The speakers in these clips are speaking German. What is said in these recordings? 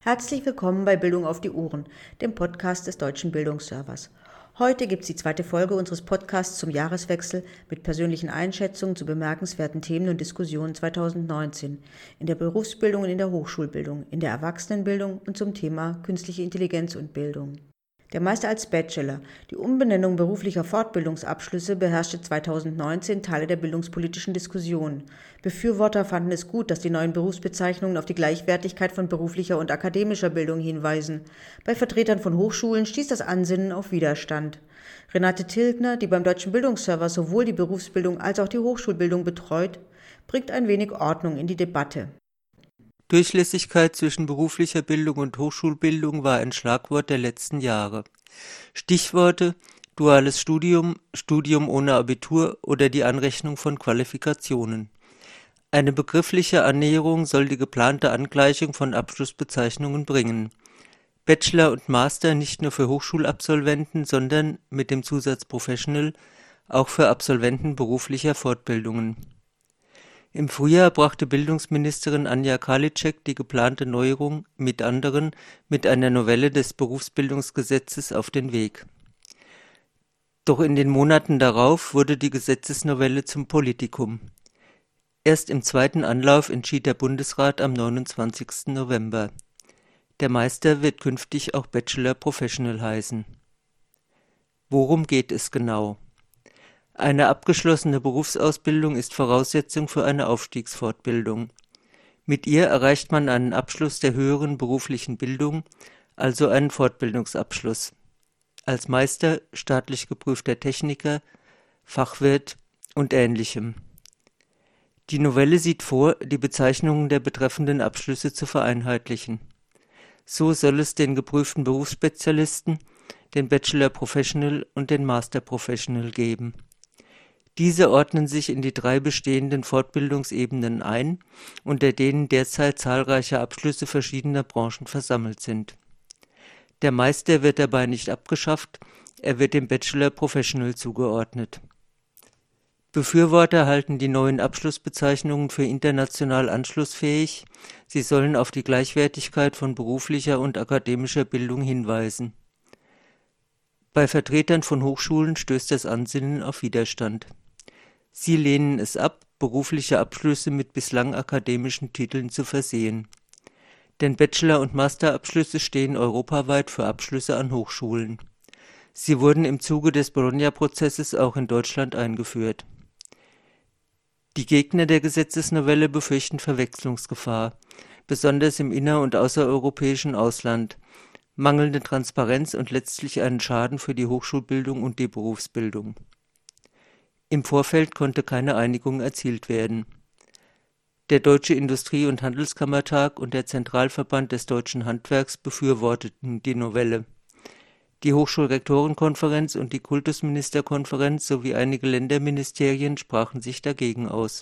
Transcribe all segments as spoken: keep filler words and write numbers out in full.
Herzlich willkommen bei Bildung auf die Ohren, dem Podcast des Deutschen Bildungsservers. Heute gibt es die zweite Folge unseres Podcasts zum Jahreswechsel mit persönlichen Einschätzungen zu bemerkenswerten Themen und Diskussionen zweitausendneunzehn in der Berufsbildung und in der Hochschulbildung, in der Erwachsenenbildung und zum Thema künstliche Intelligenz und Bildung. Der Meister als Bachelor, die Umbenennung beruflicher Fortbildungsabschlüsse beherrschte zweitausendneunzehn Teile der bildungspolitischen Diskussion. Befürworter fanden es gut, dass die neuen Berufsbezeichnungen auf die Gleichwertigkeit von beruflicher und akademischer Bildung hinweisen. Bei Vertretern von Hochschulen stieß das Ansinnen auf Widerstand. Renate Tilgner, die beim Deutschen Bildungsserver sowohl die Berufsbildung als auch die Hochschulbildung betreut, bringt ein wenig Ordnung in die Debatte. Durchlässigkeit zwischen beruflicher Bildung und Hochschulbildung war ein Schlagwort der letzten Jahre. Stichworte: duales Studium, Studium ohne Abitur oder die Anrechnung von Qualifikationen. Eine begriffliche Annäherung soll die geplante Angleichung von Abschlussbezeichnungen bringen. Bachelor und Master nicht nur für Hochschulabsolventen, sondern mit dem Zusatz Professional auch für Absolventen beruflicher Fortbildungen. Im Frühjahr brachte Bildungsministerin Anja Karliczek die geplante Neuerung mit anderen mit einer Novelle des Berufsbildungsgesetzes auf den Weg. Doch in den Monaten darauf wurde die Gesetzesnovelle zum Politikum. Erst im zweiten Anlauf entschied der Bundesrat am neunundzwanzigsten November. Der Meister wird künftig auch Bachelor Professional heißen. Worum geht es genau? Eine abgeschlossene Berufsausbildung ist Voraussetzung für eine Aufstiegsfortbildung. Mit ihr erreicht man einen Abschluss der höheren beruflichen Bildung, also einen Fortbildungsabschluss. Als Meister, staatlich geprüfter Techniker, Fachwirt und Ähnlichem. Die Novelle sieht vor, die Bezeichnungen der betreffenden Abschlüsse zu vereinheitlichen. So soll es den geprüften Berufsspezialisten, den Bachelor Professional und den Master Professional geben. Diese ordnen sich in die drei bestehenden Fortbildungsebenen ein, unter denen derzeit zahlreiche Abschlüsse verschiedener Branchen versammelt sind. Der Meister wird dabei nicht abgeschafft, er wird dem Bachelor Professional zugeordnet. Befürworter halten die neuen Abschlussbezeichnungen für international anschlussfähig, sie sollen auf die Gleichwertigkeit von beruflicher und akademischer Bildung hinweisen. Bei Vertretern von Hochschulen stößt das Ansinnen auf Widerstand. Sie lehnen es ab, berufliche Abschlüsse mit bislang akademischen Titeln zu versehen. Denn Bachelor- und Masterabschlüsse stehen europaweit für Abschlüsse an Hochschulen. Sie wurden im Zuge des Bologna-Prozesses auch in Deutschland eingeführt. Die Gegner der Gesetzesnovelle befürchten Verwechslungsgefahr, besonders im inner- und außereuropäischen Ausland, mangelnde Transparenz und letztlich einen Schaden für die Hochschulbildung und die Berufsbildung. Im Vorfeld konnte keine Einigung erzielt werden. Der Deutsche Industrie- und Handelskammertag und der Zentralverband des deutschen Handwerks befürworteten die Novelle. Die Hochschulrektorenkonferenz und die Kultusministerkonferenz sowie einige Länderministerien sprachen sich dagegen aus.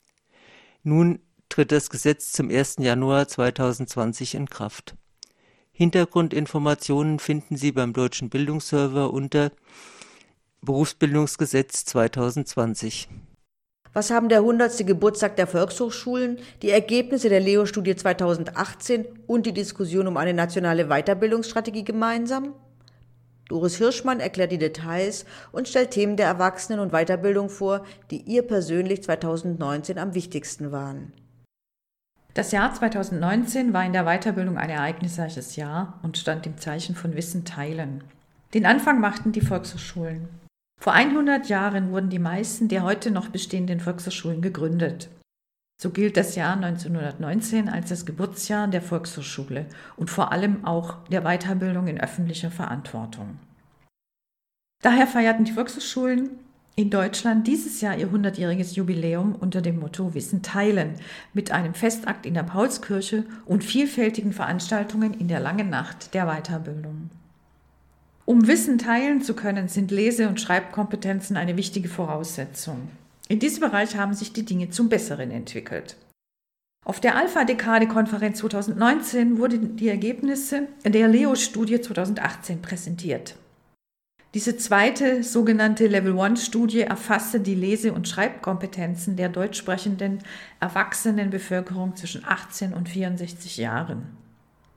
Nun tritt das Gesetz zum ersten Januar zweitausendzwanzig in Kraft. Hintergrundinformationen finden Sie beim Deutschen Bildungsserver unter Berufsbildungsgesetz zweitausendzwanzig. Was haben der hundertste Geburtstag der Volkshochschulen, die Ergebnisse der Leo-Studie zweitausendachtzehn und die Diskussion um eine nationale Weiterbildungsstrategie gemeinsam? Doris Hirschmann erklärt die Details und stellt Themen der Erwachsenen- und Weiterbildung vor, die ihr persönlich zweitausendneunzehn am wichtigsten waren. Das Jahr zweitausendneunzehn war in der Weiterbildung ein ereignisreiches Jahr und stand im Zeichen von Wissen teilen. Den Anfang machten die Volkshochschulen. Vor hundert Jahren wurden die meisten der heute noch bestehenden Volkshochschulen gegründet. So gilt das Jahr neunzehnhundertneunzehn als das Geburtsjahr der Volkshochschule und vor allem auch der Weiterbildung in öffentlicher Verantwortung. Daher feierten die Volkshochschulen in Deutschland dieses Jahr ihr hundertjähriges Jubiläum unter dem Motto Wissen teilen, mit einem Festakt in der Paulskirche und vielfältigen Veranstaltungen in der langen Nacht der Weiterbildung. Um Wissen teilen zu können, sind Lese- und Schreibkompetenzen eine wichtige Voraussetzung. In diesem Bereich haben sich die Dinge zum Besseren entwickelt. Auf der Alpha-Dekade-Konferenz zweitausendneunzehn wurden die Ergebnisse der Leo-Studie zweitausendachtzehn präsentiert. Diese zweite sogenannte Level-eins-Studie erfasste die Lese- und Schreibkompetenzen der deutschsprechenden erwachsenen Bevölkerung zwischen achtzehn und vierundsechzig Jahren.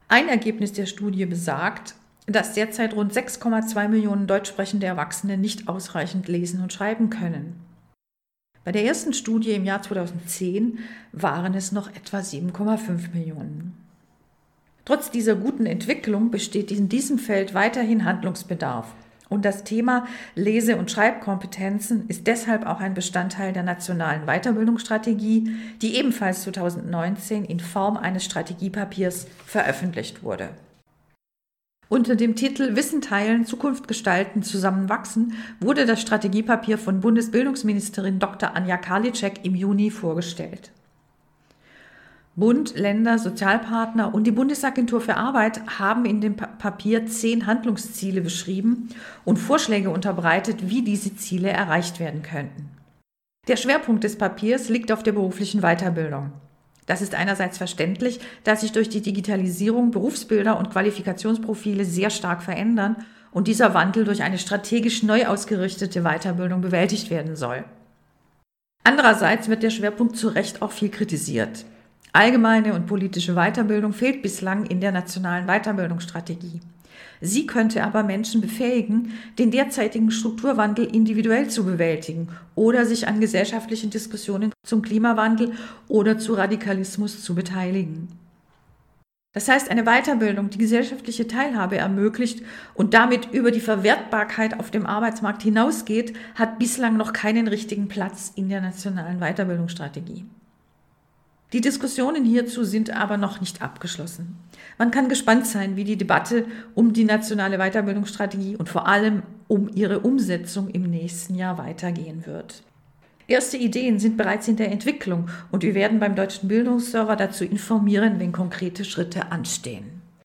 Ein Ergebnis der Studie besagt, dass derzeit rund sechs Komma zwei Millionen deutsch sprechende Erwachsene nicht ausreichend lesen und schreiben können. Bei der ersten Studie im Jahr zweitausendzehn waren es noch etwa sieben Komma fünf Millionen. Trotz dieser guten Entwicklung besteht in diesem Feld weiterhin Handlungsbedarf. Und das Thema Lese- und Schreibkompetenzen ist deshalb auch ein Bestandteil der nationalen Weiterbildungsstrategie, die ebenfalls zweitausendneunzehn in Form eines Strategiepapiers veröffentlicht wurde. Unter dem Titel Wissen teilen, Zukunft gestalten, zusammenwachsen wurde das Strategiepapier von Bundesbildungsministerin Doktor Anja Karliczek im Juni vorgestellt. Bund, Länder, Sozialpartner und die Bundesagentur für Arbeit haben in dem Papier zehn Handlungsziele beschrieben und Vorschläge unterbreitet, wie diese Ziele erreicht werden könnten. Der Schwerpunkt des Papiers liegt auf der beruflichen Weiterbildung. Das ist einerseits verständlich, da sich durch die Digitalisierung Berufsbilder und Qualifikationsprofile sehr stark verändern und dieser Wandel durch eine strategisch neu ausgerichtete Weiterbildung bewältigt werden soll. Andererseits wird der Schwerpunkt zu Recht auch viel kritisiert. Allgemeine und politische Weiterbildung fehlt bislang in der nationalen Weiterbildungsstrategie. Sie könnte aber Menschen befähigen, den derzeitigen Strukturwandel individuell zu bewältigen oder sich an gesellschaftlichen Diskussionen zum Klimawandel oder zu Radikalismus zu beteiligen. Das heißt, eine Weiterbildung, die gesellschaftliche Teilhabe ermöglicht und damit über die Verwertbarkeit auf dem Arbeitsmarkt hinausgeht, hat bislang noch keinen richtigen Platz in der nationalen Weiterbildungsstrategie. Die Diskussionen hierzu sind aber noch nicht abgeschlossen. Man kann gespannt sein, wie die Debatte um die nationale Weiterbildungsstrategie und vor allem um ihre Umsetzung im nächsten Jahr weitergehen wird. Erste Ideen sind bereits in der Entwicklung und wir werden beim Deutschen Bildungsserver dazu informieren, wenn konkrete Schritte anstehen.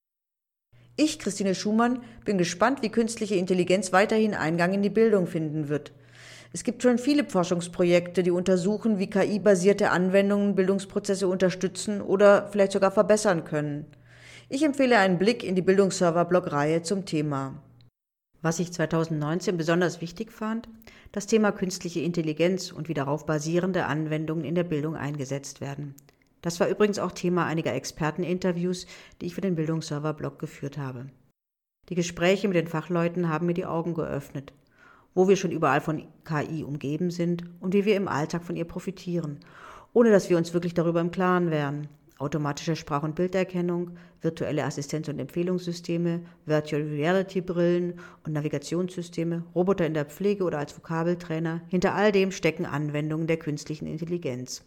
Ich, Christine Schumann, bin gespannt, wie künstliche Intelligenz weiterhin Eingang in die Bildung finden wird. Es gibt schon viele Forschungsprojekte, die untersuchen, wie K I-basierte Anwendungen Bildungsprozesse unterstützen oder vielleicht sogar verbessern können. Ich empfehle einen Blick in die Bildungsserver-Blog-Reihe zum Thema. Was ich zweitausendneunzehn besonders wichtig fand, das Thema künstliche Intelligenz und wie darauf basierende Anwendungen in der Bildung eingesetzt werden. Das war übrigens auch Thema einiger Experteninterviews, die ich für den Bildungsserver-Blog geführt habe. Die Gespräche mit den Fachleuten haben mir die Augen geöffnet, wo wir schon überall von K I umgeben sind und wie wir im Alltag von ihr profitieren, ohne dass wir uns wirklich darüber im Klaren wären. Automatische Sprach- und Bilderkennung, virtuelle Assistenz- und Empfehlungssysteme, Virtual Reality-Brillen und Navigationssysteme, Roboter in der Pflege oder als Vokabeltrainer, hinter all dem stecken Anwendungen der künstlichen Intelligenz.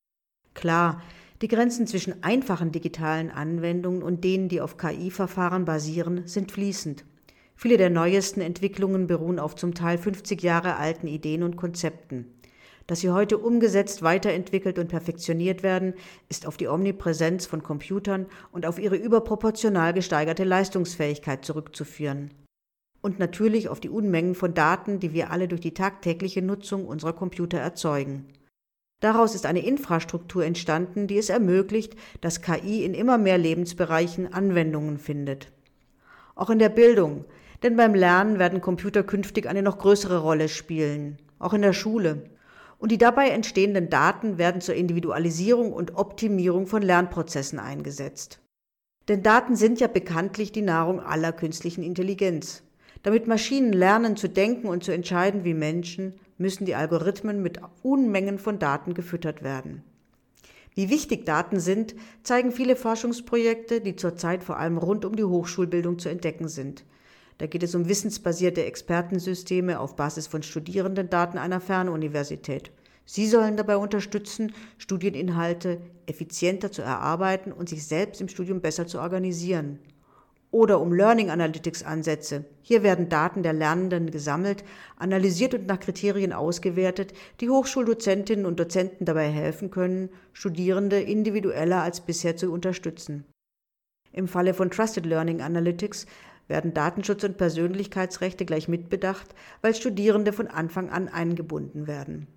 Klar, die Grenzen zwischen einfachen digitalen Anwendungen und denen, die auf K I-Verfahren basieren, sind fließend. Viele der neuesten Entwicklungen beruhen auf zum Teil fünfzig Jahre alten Ideen und Konzepten. Dass sie heute umgesetzt, weiterentwickelt und perfektioniert werden, ist auf die Omnipräsenz von Computern und auf ihre überproportional gesteigerte Leistungsfähigkeit zurückzuführen. Und natürlich auf die Unmengen von Daten, die wir alle durch die tagtägliche Nutzung unserer Computer erzeugen. Daraus ist eine Infrastruktur entstanden, die es ermöglicht, dass K I in immer mehr Lebensbereichen Anwendungen findet. Auch in der Bildung, denn beim Lernen werden Computer künftig eine noch größere Rolle spielen, auch in der Schule. Und die dabei entstehenden Daten werden zur Individualisierung und Optimierung von Lernprozessen eingesetzt. Denn Daten sind ja bekanntlich die Nahrung aller künstlichen Intelligenz. Damit Maschinen lernen zu denken und zu entscheiden wie Menschen, müssen die Algorithmen mit Unmengen von Daten gefüttert werden. Wie wichtig Daten sind, zeigen viele Forschungsprojekte, die zurzeit vor allem rund um die Hochschulbildung zu entdecken sind. Da geht es um wissensbasierte Expertensysteme auf Basis von Studierendendaten einer Fernuniversität. Sie sollen dabei unterstützen, Studieninhalte effizienter zu erarbeiten und sich selbst im Studium besser zu organisieren. Oder um Learning Analytics Ansätze. Hier werden Daten der Lernenden gesammelt, analysiert und nach Kriterien ausgewertet, die Hochschuldozentinnen und Dozenten dabei helfen können, Studierende individueller als bisher zu unterstützen. Im Falle von Trusted Learning Analytics werden Datenschutz und Persönlichkeitsrechte gleich mitbedacht, weil Studierende von Anfang an eingebunden werden.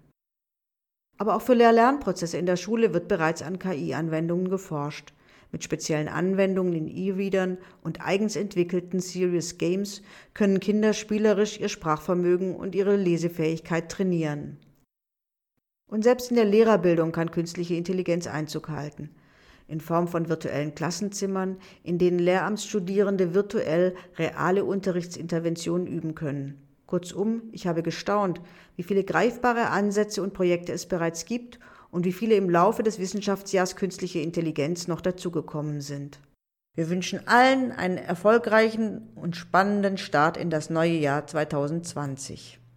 Aber auch für Lehr-Lernprozesse in der Schule wird bereits an K I-Anwendungen geforscht. Mit speziellen Anwendungen in E-Readern und eigens entwickelten Serious Games können Kinder spielerisch ihr Sprachvermögen und ihre Lesefähigkeit trainieren. Und selbst in der Lehrerbildung kann künstliche Intelligenz Einzug halten. in Form von virtuellen Klassenzimmern, in denen Lehramtsstudierende virtuell reale Unterrichtsinterventionen üben können. Kurzum, ich habe gestaunt, wie viele greifbare Ansätze und Projekte es bereits gibt und wie viele im Laufe des Wissenschaftsjahrs künstliche Intelligenz noch dazugekommen sind. Wir wünschen allen einen erfolgreichen und spannenden Start in das neue Jahr zweitausendzwanzig.